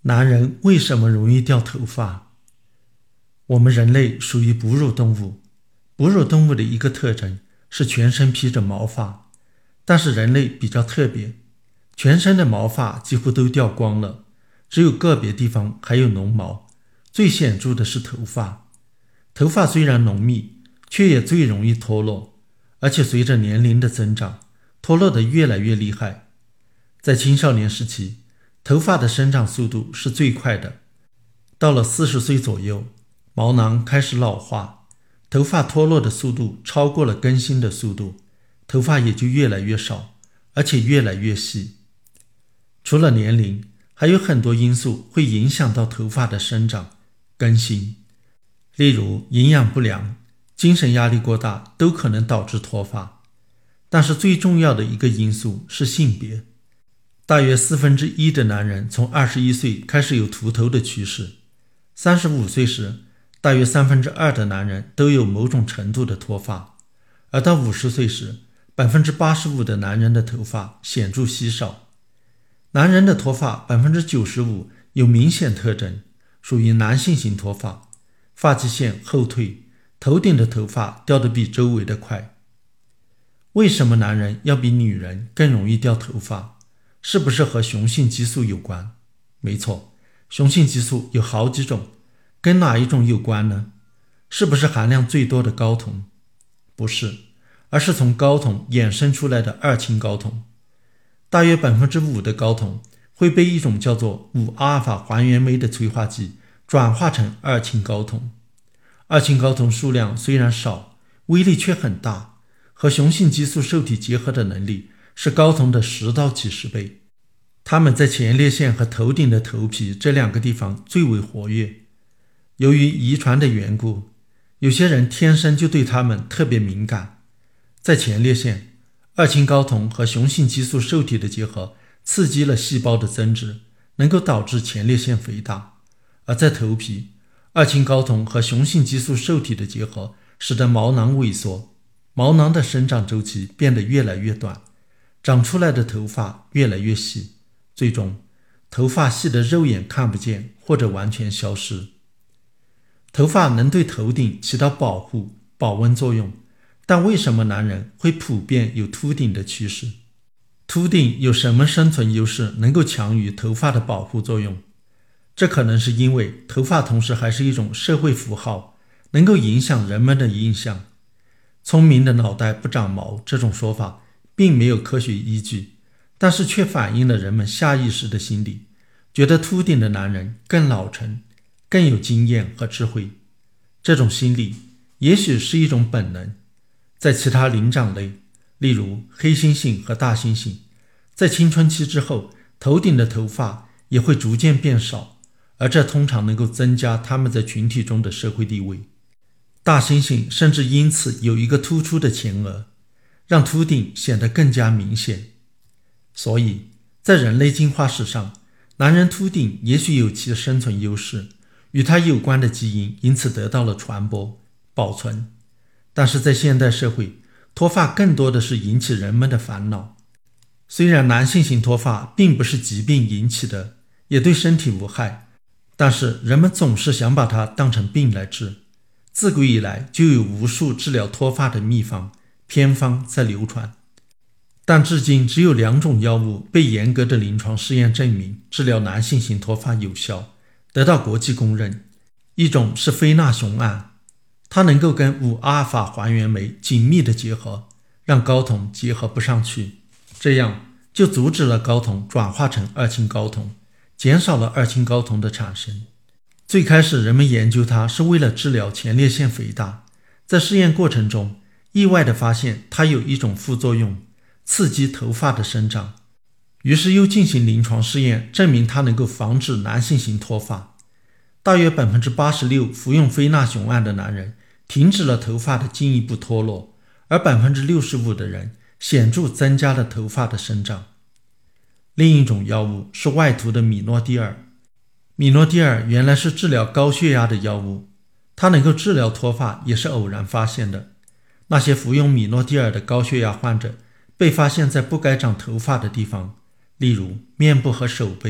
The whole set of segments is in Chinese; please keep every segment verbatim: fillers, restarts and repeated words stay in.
男人为什么容易掉头发？我们人类属于哺乳动物，哺乳动物的一个特征是全身披着毛发，但是人类比较特别，全身的毛发几乎都掉光了，只有个别地方还有浓毛，最显著的是头发。头发虽然浓密，却也最容易脱落，而且随着年龄的增长，脱落得越来越厉害。在青少年时期，头发的生长速度是最快的，到了四十岁左右，毛囊开始老化，头发脱落的速度超过了更新的速度，头发也就越来越少，而且越来越细。除了年龄，还有很多因素会影响到头发的生长、更新，例如营养不良、精神压力过大都可能导致脱发。但是最重要的一个因素是性别。大约四分之一的男人从二十一岁开始有秃头的趋势，三十五岁时，大约三分之二的男人都有某种程度的脱发，而到五十岁时，百分之八十五的男人的头发显著稀少。男人的脱发百分之九十五有明显特征，属于男性型脱发，发际线后退，头顶的头发掉得比周围的快。为什么男人要比女人更容易掉头发？是不是和雄性激素有关？没错，雄性激素有好几种，跟哪一种有关呢？是不是含量最多的睾酮？不是，而是从睾酮衍生出来的二氢睾酮。大约 百分之五 的睾酮会被一种叫做五阿尔法还原酶的催化剂转化成二氢睾酮。二氢睾酮数量虽然少，威力却很大，和雄性激素受体结合的能力是睾酮的十到几十倍。它们在前列腺和头顶的头皮这两个地方最为活跃。由于遗传的缘故，有些人天生就对它们特别敏感。在前列腺，二氢睾酮和雄性激素受体的结合刺激了细胞的增殖，能够导致前列腺肥大。而在头皮，二氢睾酮和雄性激素受体的结合使得毛囊萎缩，毛囊的生长周期变得越来越短，长出来的头发越来越细，最终头发细得肉眼看不见或者完全消失。头发能对头顶起到保护、保温作用，但为什么男人会普遍有秃顶的趋势？秃顶有什么生存优势能够强于头发的保护作用？这可能是因为头发同时还是一种社会符号，能够影响人们的印象。聪明的脑袋不长毛这种说法并没有科学依据，但是却反映了人们下意识的心理，觉得秃顶的男人更老成，更有经验和智慧。这种心理也许是一种本能。在其他灵长类，例如黑猩猩和大猩猩，在青春期之后，头顶的头发也会逐渐变少，而这通常能够增加他们在群体中的社会地位。大猩猩甚至因此有一个突出的前额，让秃顶显得更加明显。所以，在人类进化史上，男人秃顶也许有其生存优势，与他有关的基因因此得到了传播、保存。但是在现代社会，脱发更多的是引起人们的烦恼。虽然男性型脱发并不是疾病引起的，也对身体无害，但是人们总是想把它当成病来治。自古以来就有无数治疗脱发的秘方、偏方在流传，但至今只有两种药物被严格的临床试验证明治疗男性型脱发有效，得到国际公认。一种是非那雄胺，它能够跟五阿尔法还原酶紧密的结合，让睾酮结合不上去，这样就阻止了睾酮转化成二氢睾酮，减少了二氢睾酮的产生。最开始人们研究它是为了治疗前列腺肥大，在试验过程中意外地发现它有一种副作用，刺激头发的生长，于是又进行临床试验，证明它能够防止男性型脱发。大约 百分之八十六 服用非那雄胺的男人停止了头发的进一步脱落，而 百分之六十五 的人显著增加了头发的生长。另一种药物是外涂的米诺地尔。米诺地尔原来是治疗高血压的药物，它能够治疗脱发也是偶然发现的。那些服用米诺地尔的高血压患者被发现在不该长头发的地方，例如面部和手背，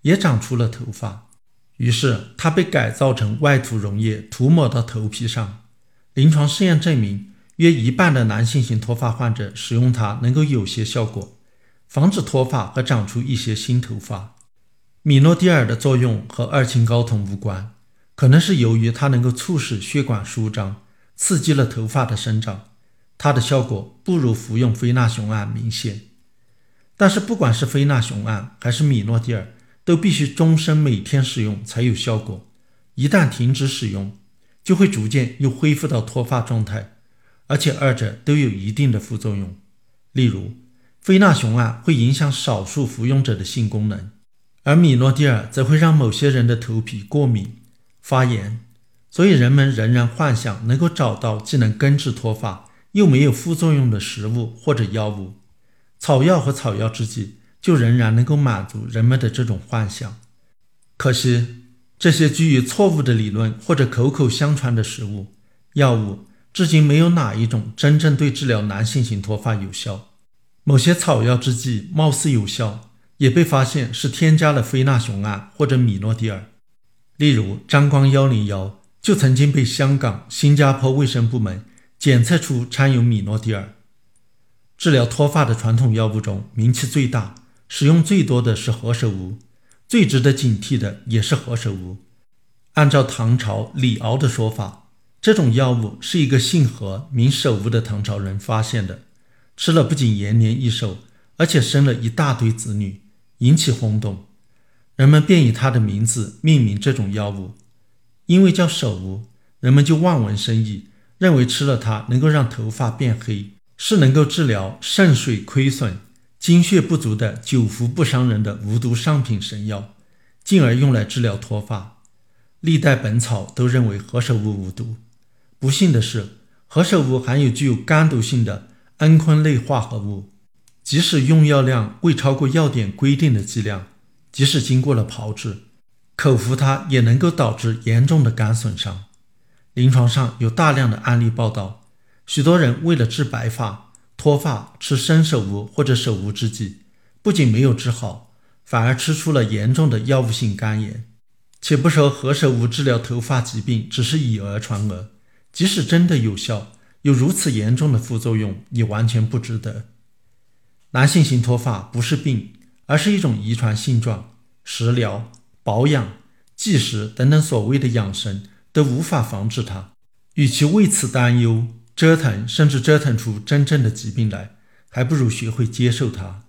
也长出了头发，于是它被改造成外涂溶液涂抹到头皮上。临床试验证明，约一半的男性型脱发患者使用它能够有些效果，防止脱发和长出一些新头发。米诺地尔的作用和二氢睾酮无关，可能是由于它能够促使血管舒张，刺激了头发的生长，它的效果不如服用非那雄胺明显。但是不管是非那雄胺还是米诺地尔，都必须终身每天使用才有效果，一旦停止使用，就会逐渐又恢复到脱发状态，而且二者都有一定的副作用。例如，非那雄胺会影响少数服用者的性功能，而米诺地尔则会让某些人的头皮过敏、发炎，所以人们仍然幻想能够找到既能根治脱发又没有副作用的食物或者药物。草药和草药制剂就仍然能够满足人们的这种幻想。可惜，这些基于错误的理论或者口口相传的食物、药物，至今没有哪一种真正对治疗男性型脱发有效。某些草药制剂貌似有效，也被发现是添加了非那雄胺或者米诺地尔。例如张光一零一就曾经被香港、新加坡卫生部门检测出掺有米诺地尔。治疗脱发的传统药物中，名气最大、使用最多的是何首乌，最值得警惕的也是何首乌。按照唐朝李敖的说法，这种药物是一个姓何名首乌的唐朝人发现的，吃了不仅延年益寿，而且生了一大堆子女，引起轰动。人们便以他的名字命名这种药物，因为叫首乌，人们就望文生义，认为吃了它能够让头发变黑，是能够治疗肾水亏损、精血不足的久服不伤人的无毒上品神药，进而用来治疗脱发。历代本草都认为何首乌无毒。不幸的是，何首乌含有具有肝毒性的蒽醌类化合物，即使用药量未超过药典规定的剂量，即使经过了炮制，口服它也能够导致严重的肝损伤。临床上有大量的案例报道，许多人为了治白发、脱发吃生首乌或者首乌制剂，不仅没有治好，反而吃出了严重的药物性肝炎。且不说何首乌治疗头发疾病只是以讹传讹，即使真的有效，有如此严重的副作用也完全不值得。男性型脱发不是病，而是一种遗传性状，食疗、保养、忌食等等所谓的养生都无法防治它。与其为此担忧、折腾，甚至折腾出真正的疾病来，还不如学会接受它。